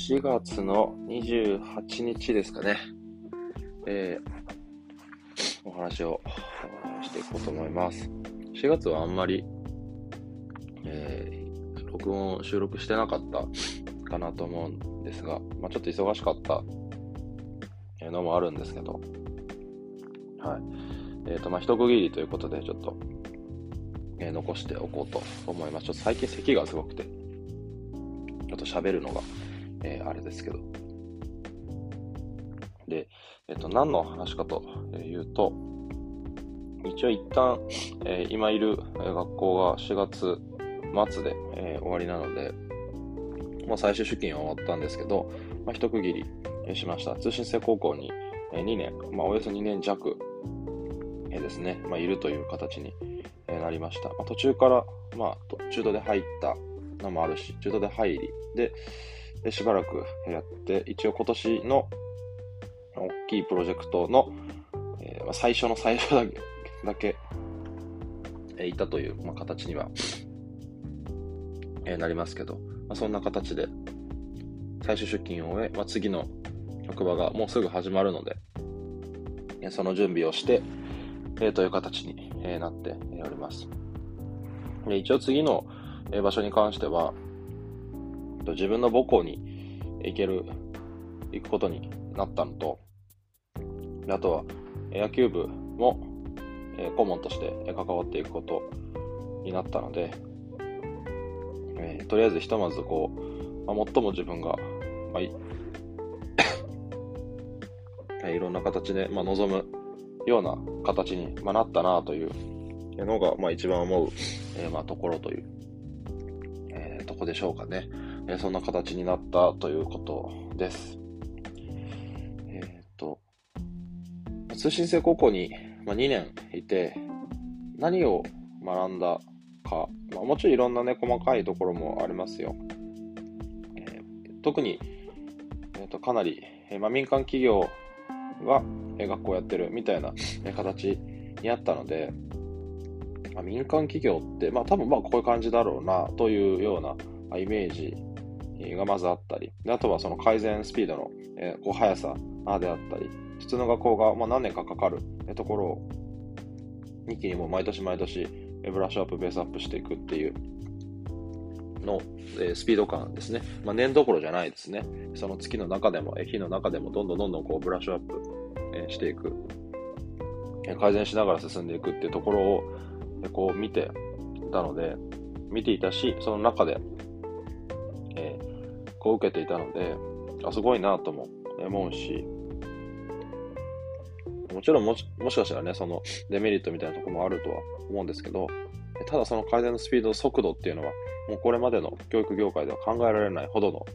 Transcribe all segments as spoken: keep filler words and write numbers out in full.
しがつのにじゅうはちにちですかね、えー、お話をしていこうと思います。しがつはあんまり、えー、録音、収録してなかったかなと思うんですが、まあ、ちょっと忙しかったのもあるんですけど、はい。えっと、まあ、一区切りということで、ちょっと、えー、残しておこうと思います。ちょっと最近咳がすごくて、ちょっと喋るのが、えー、あれですけど。で、えっと、何の話かというと、一応一旦、えー、今いる学校がしがつまつで、えー、終わりなので、もう最終出勤は終わったんですけど、まあ、一区切りしました。通信制高校ににねん、まあ、およそにねん弱、えー、ですね、まあ、いるという形になりました。まあ、途中から、まあ、中途で入ったのもあるし、中途で入り、で、でしばらくやって、一応今年の大きいプロジェクトの、えーまあ、最初の最初だけ、だけえー、いたという、まあ、形には、えー、なりますけど、まあ、そんな形で最終出勤を終え、まあ、次の職場がもうすぐ始まるので、えー、その準備をして、えー、という形に、えー、なっております。で一応次の、えー、場所に関しては、自分の母校に行ける、行くことになったのと、あとは野球部も、えー、顧問として関わっていくことになったので、えー、とりあえずひとまずこう、まあ、最も自分が、まあ、い, いろんな形で、まあ、望むような形に、まあ、なったなというのが、まあ、一番思う、えーまあ、ところという、えー、とこでしょうかね、えー。そんな形になったということです。えっと、通信制高校ににねんいて何を学んだか、まあ、もちろんいろんなね細かいところもありますよ。えー、特に、えー、とかなり、えーまあ、民間企業が、えー、学校をやってるみたいな、えー、形にあったので、まあ、民間企業って、まあ、多分まあこういう感じだろうなというような、まあ、イメージがまずあったり、であとはその改善スピードの、えー、こう速さであったり、普通の学校がまあ何年かかかるところを一気にもう毎年毎年ブラッシュアップベースアップしていくっていうの、えー、スピード感ですね。まあ、年どころじゃないですね。その月の中でも日の中でもどんどんどんどんこうブラッシュアップ、えー、していく、えー、改善しながら進んでいくっていうところを、えー、こう見ていたので見ていたし、その中で、えー、こう受けていたので、あすごいなとも思うし、もちろんも し, もしかしたらね、そのデメリットみたいなところもあるとは思うんですけど、ただその改善のスピード、速度っていうのは、もうこれまでの教育業界では考えられないほどの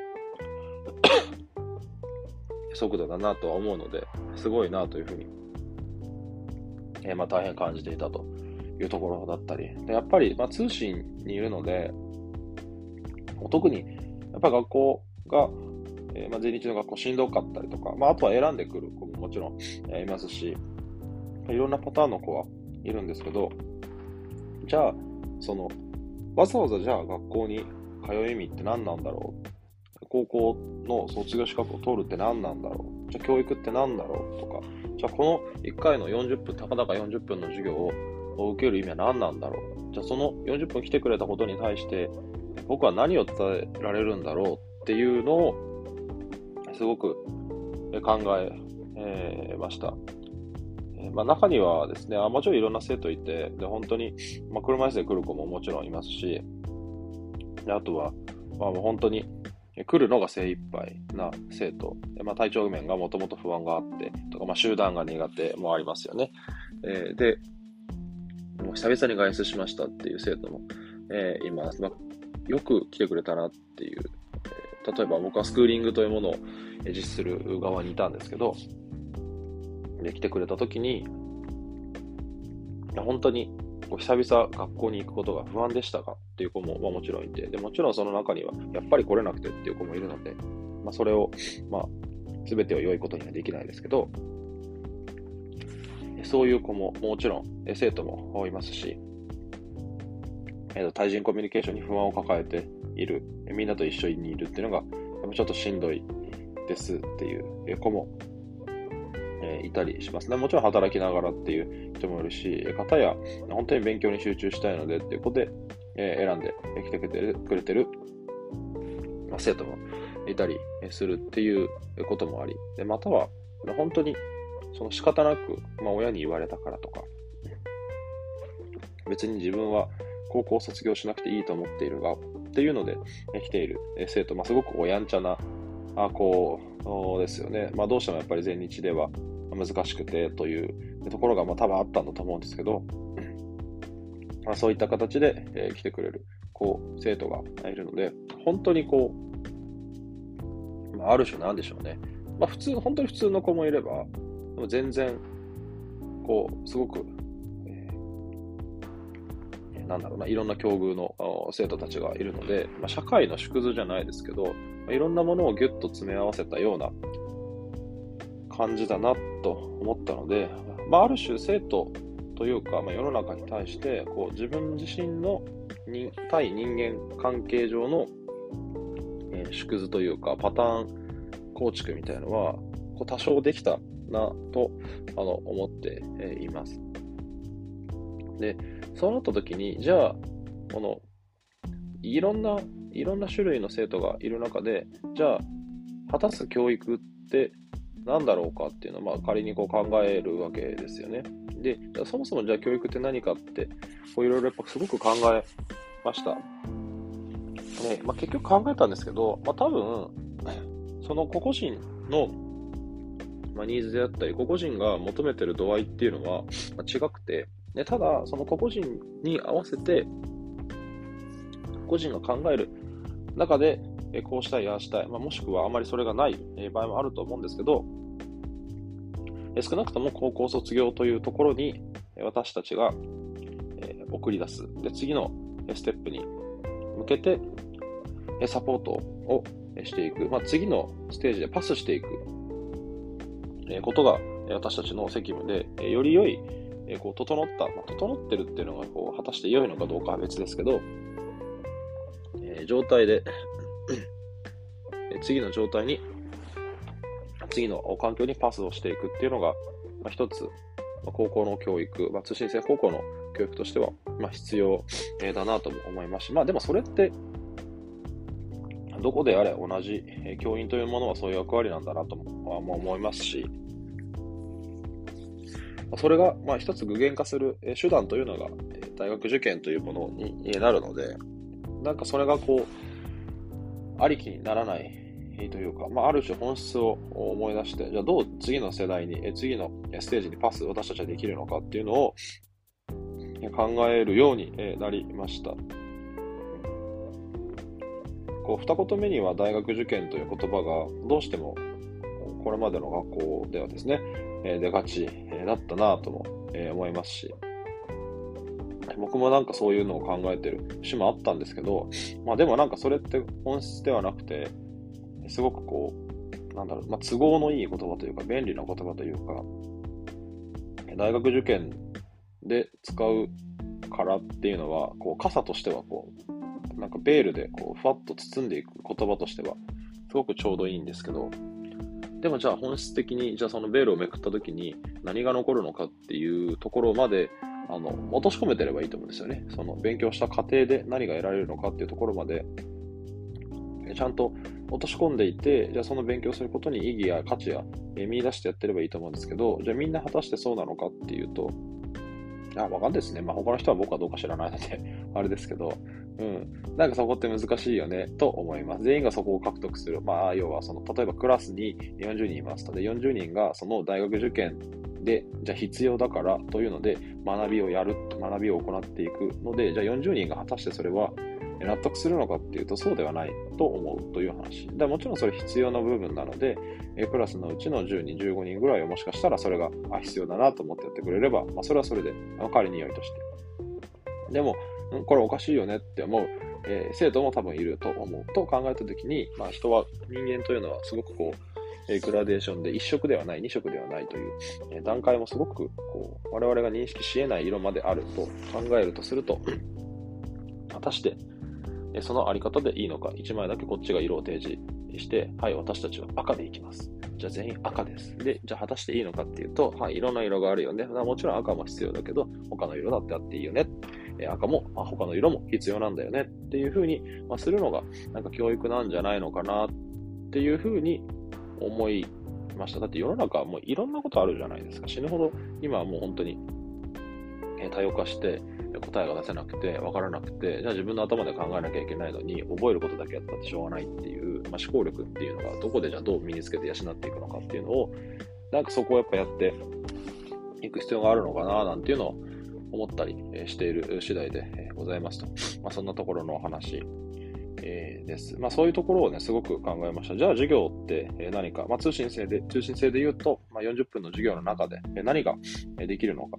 速度だなとは思うので、すごいなというふうに、えー、まあ大変感じていたというところだったり、でやっぱりまあ通信にいるので、特にやっぱり学校が、えー、まあ全日の学校しんどかったりとか、まああとは選んでくる子ももちろん、えー、いますし、いろんなパターンの子はいるんですけど、じゃあそのわざわざじゃあ学校に通う意味って何なんだろう、高校の卒業資格を取るって何なんだろう、じゃあ教育って何だろうとか、じゃあこのいっかいのよんじゅっぷん、たかだかよんじゅっぷんの授業を受ける意味は何なんだろう、じゃあそのよんじゅっぷん来てくれたことに対して僕は何を伝えられるんだろうっていうのをすごく考え、えー、ました。まあ、中にはですね、あもちろんいろんな生徒いて、で本当に、まあ、車椅子で来る子ももちろんいますし、であとは、まあ、もう本当に来るのが精一杯な生徒、まあ、体調面がもともと不安があってとか、まあ、集団が苦手もありますよね。えー、で、もう久々に外出しましたっていう生徒も、えー、います。まあ、よく来てくれたなっていう、えー、例えば僕はスクーリングというものを実施する側にいたんですけど、で来てくれたときに、本当に久々学校に行くことが不安でしたかっていう子も、まあ、もちろんいて、でもちろんその中にはやっぱり来れなくてっていう子もいるので、まあ、それを、まあ、全てを良いことにはできないですけど、そういう子ももちろん生徒もいますし、対人コミュニケーションに不安を抱えている、みんなと一緒にいるっていうのがやっちょっとしんどいですっていう子も、えー、いたりしますね。もちろん働きながらっていう人もいるし、方や本当に勉強に集中したいのでっていうことで、えー、選んできてくれてる、くれてる、まあ、生徒もいたりするっていうこともあり、でまたは本当にその仕方なく、まあ、親に言われたからとか、別に自分は高校を卒業しなくていいと思っているがっていうので来ている生徒、まあ、すごくやんちゃな子ですよね。まあ、どうしてもやっぱり全日では難しくてというところがまあ多分あったんだと思うんですけど、まあ、そういった形で来てくれる子、生徒がいるので、本当にこう、まあ、ある種なんでしょうね。まあ、普通、本当に普通の子もいれば、でも全然、こう、すごく、なんだろうな、いろんな境遇の生徒たちがいるので、まあ、社会の縮図じゃないですけど、まあ、いろんなものをギュッと詰め合わせたような感じだなと思ったので、まあ、ある種生徒というか、まあ、世の中に対してこう自分自身のに対人間関係上の、えー、縮図というかパターン構築みたいなのはこう多少できたなとあの思っています。で、そうなった時に、じゃあ、この、いろんな、いろんな種類の生徒がいる中で、じゃあ、果たす教育って何だろうかっていうのを、まあ、仮にこう考えるわけですよね。で、そもそもじゃあ教育って何かって、こういろいろやっぱすごく考えました。ね、まあ、結局考えたんですけど、まあ、多分、その個々人の、まあ、ニーズであったり、個々人が求めてる度合いっていうのは、まあ、違くて、でただ、その個々人に合わせて、個人が考える中で、えこうしたい、ああしたい、まあ、もしくはあまりそれがない場合もあると思うんですけど、え少なくとも高校卒業というところに私たちが、えー、送り出す。で、次のステップに向けてサポートをしていく。まあ、次のステージでパスしていくことが私たちの責務で、より良いこう整った、まあ、整ってるっていうのがこう果たして良いのかどうかは別ですけど、えー、状態で次の状態に次の環境にパスをしていくっていうのが、まあ、一つ、まあ、高校の教育、まあ、通信制高校の教育としては、まあ、必要だなとも思いますし、まあでもそれってどこであれ同じ教員というものはそういう役割なんだなとも思いますし、それがまあ一つ具現化する手段というのが大学受験というものになるので、なんかそれがこうありきにならないというか、まあ、ある種本質を思い出して、じゃあどう次の世代に、次のステージにパス私たちはできるのかっていうのを考えるようになりました。こう二言目には大学受験という言葉がどうしてもこれまでの学校ではですね、出がちだったなとも思いますし、僕もなんかそういうのを考えてる節もあったんですけど、まあでもなんかそれって本質ではなくて、すごくこう、なんだろう、まあ、都合のいい言葉というか、便利な言葉というか、大学受験で使うからっていうのは、こう傘としてはこう、なんかベールでこうふわっと包んでいく言葉としては、すごくちょうどいいんですけど、でもじゃあ本質的に、じゃあそのベールをめくった時に何が残るのかっていうところまで、あの、落とし込めてればいいと思うんですよね。その勉強した過程で何が得られるのかっていうところまで、ちゃんと落とし込んでいて、じゃあその勉強することに意義や価値や見出してやってればいいと思うんですけど、じゃあみんな果たしてそうなのかっていうと、あ、わかんないですね。まあ他の人は僕はどうか知らないので、あれですけど、うん。なんかそこって難しいよね、と思います。全員がそこを獲得する。まあ、要はその、例えばクラスによんじゅうにんいますと。で、よんじゅうにんがその大学受験で、じゃあ必要だからというので、学びをやる、学びを行っていくので、じゃあよんじゅうにんが果たしてそれは納得するのかっていうと、そうではないと思うという話。でもちろんそれ必要な部分なので、クラスのうちのじゅうにん、じゅうごにんぐらいをもしかしたらそれが必要だなと思ってやってくれれば、まあ、それはそれで仮に良いとして。でも、これおかしいよねって思う、えー、生徒も多分いると思うと考えたときに、まあ、人は、人間というのはすごくこう、えー、グラデーションで一色ではない、二色ではないという、えー、段階もすごくこう我々が認識し得ない色まであると考えるとすると、果たしてそのあり方でいいのか、一枚だけこっちが色を提示して、はい、私たちは赤でいきます。じゃあ全員赤です。で、じゃあ果たしていいのかっていうと、はい、いろんな色があるよね。もちろん赤も必要だけど、他の色だってあっていいよね。えー、赤も、まあ、他の色も必要なんだよねっていう風に、まあ、するのが、なんか教育なんじゃないのかなっていう風に思いました。だって世の中はもういろんなことあるじゃないですか。死ぬほど、今はもう本当に、えー、多様化して、答えが出せなくて、わからなくて、じゃあ自分の頭で考えなきゃいけないのに、覚えることだけやったってしょうがないっていう、まあ、思考力っていうのが、どこでじゃあどう身につけて養っていくのかっていうのを、なんかそこをやっぱやっていく必要があるのかな、なんていうのを思ったりしている次第でございますと。まあ、そんなところのお話、えー、です。まあ、そういうところをね、すごく考えました。じゃあ授業って何か、まあ、通信制で、通信制で言うと、まあ、よんじゅっぷんの授業の中で何ができるのか。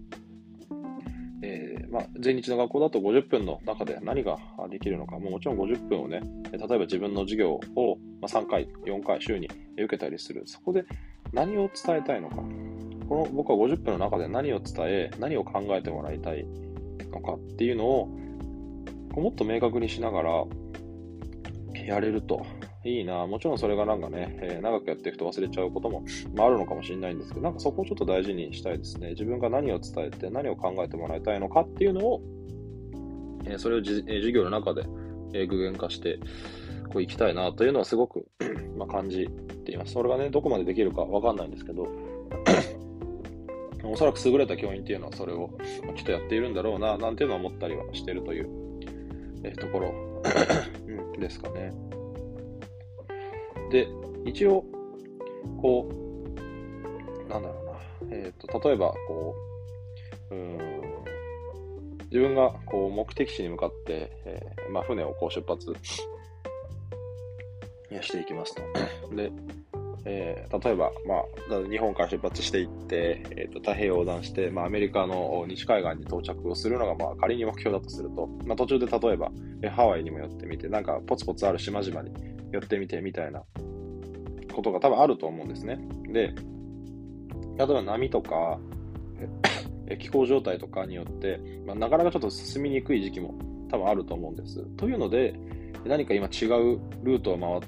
えーまあ、全日の学校だとごじゅっぷんの中で何ができるのか、も, もちろんごじゅっぷんをね、例えば自分の授業をさんかい、よんかい週に受けたりする。そこで何を伝えたいのか。この僕はごじゅっぷんの中で何を伝え、何を考えてもらいたいのかっていうのをもっと明確にしながらやれるといいな。もちろんそれがなんかね、えー、長くやっていくと忘れちゃうことも、まあ、あるのかもしれないんですけど、なんかそこをちょっと大事にしたいですね。自分が何を伝えて何を考えてもらいたいのかっていうのを、えー、それをじ、えー、授業の中で、えー、具現化してこういきたいなというのはすごくまあ感じています。それがね、どこまでできるかわかんないんですけど、おそらく優れた教員っていうのはそれをきっとやっているんだろうな、なんていうのは思ったりはしているという、えー、ところ、うん、ですかね。で、一応、こう、なんだろうな、えっと、例えば、こう、うーん、自分がこう目的地に向かって、えーまあ、船をこう出発していきますと。で、えー、例えば、まあ、日本から出発していって、えーと、太平洋横断して、まあ、アメリカの西海岸に到着をするのが、まあ、仮に目標だとすると、まあ、途中で例えば、えー、ハワイにも寄ってみて、なんかポツポツある島々に寄ってみてみたいなことが多分あると思うんですね。で、例えば波とか気候状態とかによって、まあ、なかなかちょっと進みにくい時期も多分あると思うんです。というので、何か今違うルートを回って、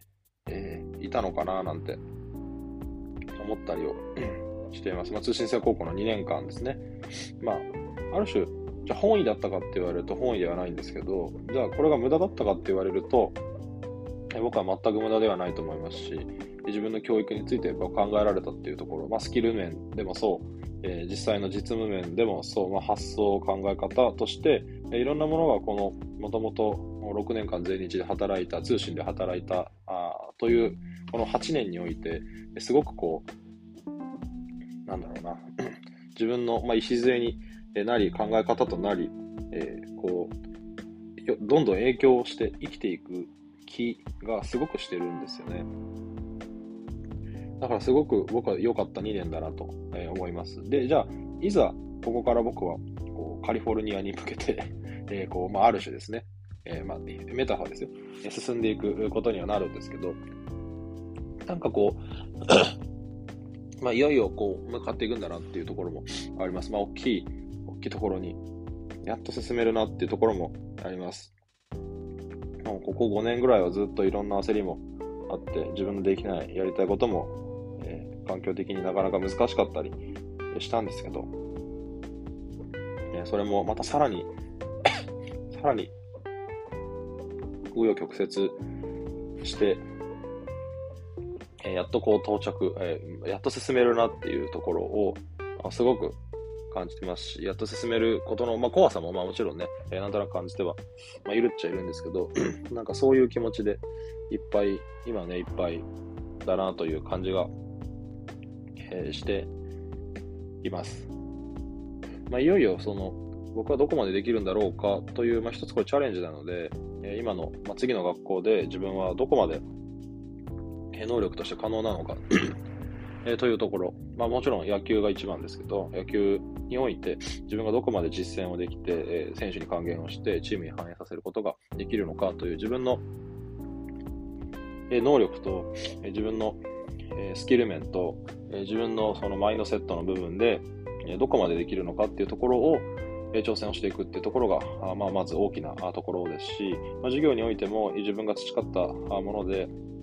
えー、いたのかななんて思ったりをしています。まあ、通信制高校のにねんかんですね。まあ、ある種、じゃあ本意だったかって言われると本意ではないんですけど、じゃあこれが無駄だったかって言われると、僕は全く無駄ではないと思いますし、自分の教育について考えられたっていうところ、まあ、スキル面でもそう、えー、実際の実務面でもそう、まあ、発想考え方として、えー、いろんなものがこのもともとろくねんかん全日で働いた、通信で働いたあというこのはちねんにおいてすごくこうなんだろうな自分の、まあ、礎になり考え方となり、えー、こうどんどん影響して生きていく気がすごくしてるんですよね。だからすごく僕は良かったにねんだなと思います。で、じゃあ、いざここから僕はこうカリフォルニアに向けて、えーこうまあ、ある種ですね、えーまあ、メタファーですよ、進んでいくことにはなるんですけど、なんかこう、まあ、いよいよこう向かっていくんだなっていうところもあります。まあ、大きい、大きいところに、やっと進めるなっていうところもあります。もうここごねんぐらいはずっといろんな焦りもあって、自分のできない、やりたいことも、えー、環境的になかなか難しかったりしたんですけど、えー、それもまたさらに、さらに、紆余曲折して、えー、やっとこう到着、えー、やっと進めるなっていうところを、あ、すごく感じてますし、やっと進めることの、まあ、怖さもまあもちろんね、えー、なんとなく感じては、まあ、いるっちゃいるんですけど、なんかそういう気持ちでいっぱい、今ね、いっぱいだなという感じが、えー、しています。まあ、いよいよその、僕はどこまでできるんだろうかという、まあ、一つこれチャレンジなので、えー、今の、まあ、次の学校で自分はどこまで能力として可能なのかえー、というところ、まあ、もちろん野球が一番ですけど、野球において自分がどこまで実践をできて、えー、選手に還元をしてチームに反映させることができるのかという自分の、えー、能力と、えー、自分の、えー、スキル面と、えー、自分のそのマインドセットの部分で、えー、どこまでできるのかっていうところを、えー、挑戦をしていくっていうところが、あまあ、まず大きなところですし、まあ、授業においても自分が培ったもので、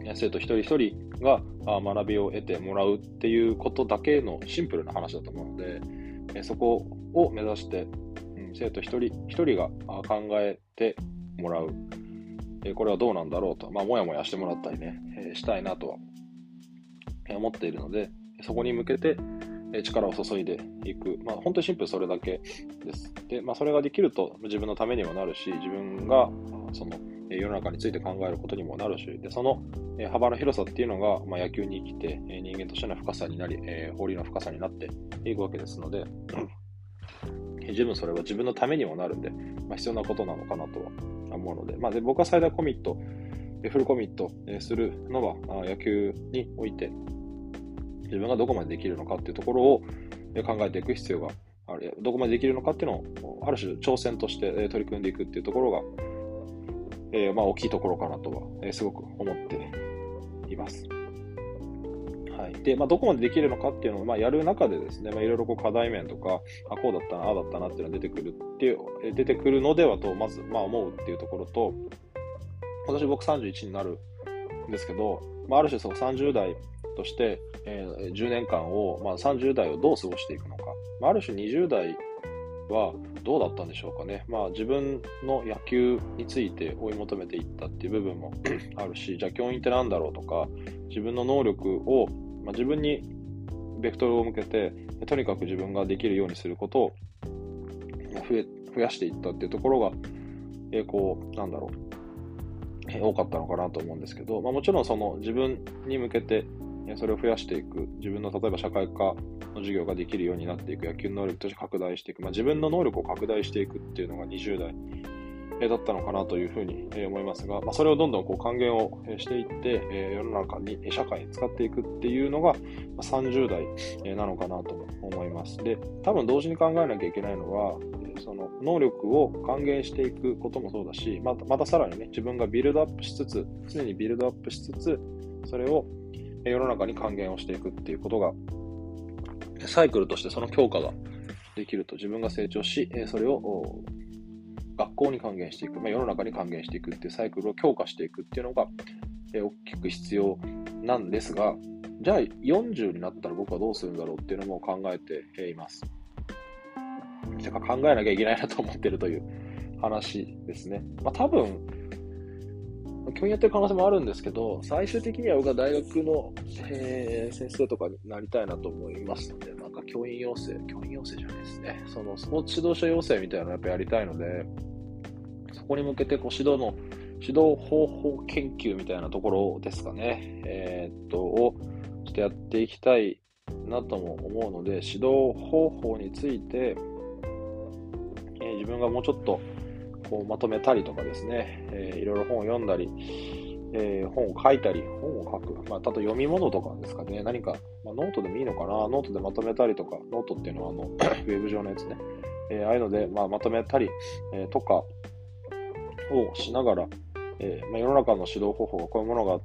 生徒一人一人が学びを得てもらうっていうことだけのシンプルな話だと思うので、そこを目指して、生徒一人一人が考えてもらう。これはどうなんだろうと、まあ、もやもやしてもらったりね、したいなとは思っているので、そこに向けて力を注いでいく。まあ、本当にシンプルそれだけです。で、まあ、それができると自分のためにもなるし、自分がその世の中について考えることにもなるし、で、その幅の広さっていうのが、まあ、野球に生きて人間としての深さになり、法理の深さになっていくわけですので、十分それは自分のためにもなるんで、まあ、必要なことなのかなとは思うので、まあ、で僕は最大コミット、フルコミットするのは野球において自分がどこまでできるのかっていうところを考えていく必要がある。どこまでできるのかっていうのをある種挑戦として取り組んでいくっていうところが、えー、まあ大きいところかなとはすごく思っています。はい。で、まあ、どこまでできるのかっていうのを、まあ、やる中でですね、まあ、いろいろこう課題面とか、あ、こうだったな、ああだったなっていうのが出てくるっていう、出てくるのではと、まず、まあ、思うっていうところと、今年僕さんじゅういちになるんですけど、まあ、ある種そのさんじゅう代として、えー、じゅうねんかんを、まあ、さんじゅう代をどう過ごしていくのか、まあ、ある種にじゅう代はどうだったんでしょうかね。まあ、自分の野球について追い求めていったっていう部分もあるし、じゃあ教員ってなんだろうとか、自分の能力を、まあ、自分にベクトルを向けて、とにかく自分ができるようにすることを増え、増やしていったっていうところが、えー、こう、なんだろう、えー、多かったのかなと思うんですけど、まあ、もちろんその自分に向けてそれを増やしていく、自分の例えば社会科の授業ができるようになっていく、野球の能力として拡大していく、まあ、自分の能力を拡大していくっていうのがにじゅう代だったのかなというふうに思いますが、まあ、それをどんどんこう還元をしていって、世の中に、社会に使っていくっていうのがさんじゅう代なのかなと思います。で、多分同時に考えなきゃいけないのは、その能力を還元していくこともそうだし、また、またさらにね、自分がビルドアップしつつ、常にビルドアップしつつ、それを世の中に還元をしていくっていうことが、サイクルとしてその強化ができると、自分が成長し、それを学校に還元していく、まあ、世の中に還元していくっていうサイクルを強化していくっていうのが大きく必要なんですが、じゃあよんじゅうになったら僕はどうするんだろうっていうのも考えています。てか考えなきゃいけないなと思ってるという話ですね。まあ多分、教員やってる可能性もあるんですけど、最終的には僕は大学の、えー、先生とかになりたいなと思いますので、なんか教員養成、教員養成じゃないですね。そのスポーツ指導者養成みたいなのをやっぱやりたいので、そこに向けてこう指導の、指導方法研究みたいなところですかね。えー、っと、をちょっとやっていきたいなとも思うので、指導方法について、えー、自分がもうちょっとこうまとめたりとかですね、えー、いろいろ本を読んだり、えー、本を書いたり、本を書く、まあ、あと読み物とかですかね、何か、まあ、ノートでもいいのかな、ノートでまとめたりとか、ノートっていうのはあのウェブ上のやつね、えー、ああいうので、まあ、まとめたり、えー、とかをしながら、えーまあ、世の中の指導方法がこういうものがあって、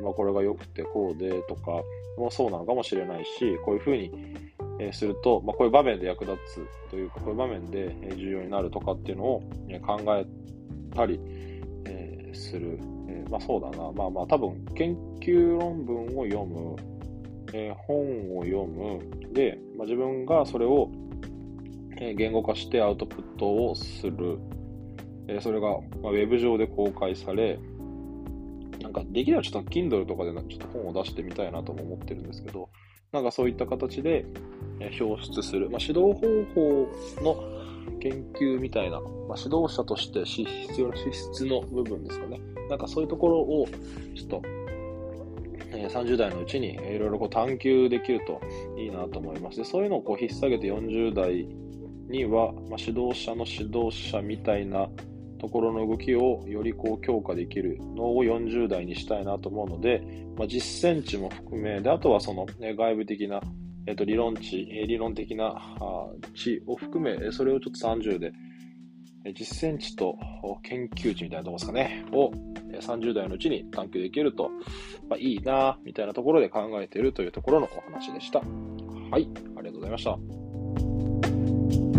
まあ、これが良くてこうでとかもそうなのかもしれないし、こういうふうにすると、まあ、こういう場面で役立つというか、こういう場面で重要になるとかっていうのを考えたりする。まあそうだな。まあまあ多分研究論文を読む、本を読む。で、まあ、自分がそれを言語化してアウトプットをする。それがウェブ上で公開され、なんかできればちょっと Kindle とかでちょっと本を出してみたいなとも思ってるんですけど、なんかそういった形で表出する、まあ、指導方法の研究みたいな、まあ、指導者として必要な資質の部分ですかね。なんかそういうところをちょっと、えー、さんじゅう代のうちにいろいろこう探求できるといいなと思います。で、そういうのをこう引っ提げてよんじゅう代には、まあ、指導者の指導者みたいなところの動きをよりこう強化できるのをよんじゅう代にしたいなと思うので、まあ、実践値も含め、で、あとはその、ね、外部的な、えっと、理論値、理論的な値を含め、それをちょっとさんじゅうで、実践値と研究値みたいなところですかね、をさんじゅう代のうちに探求できると、まあ、いいな、みたいなところで考えているというところのお話でした。はい、ありがとうございました。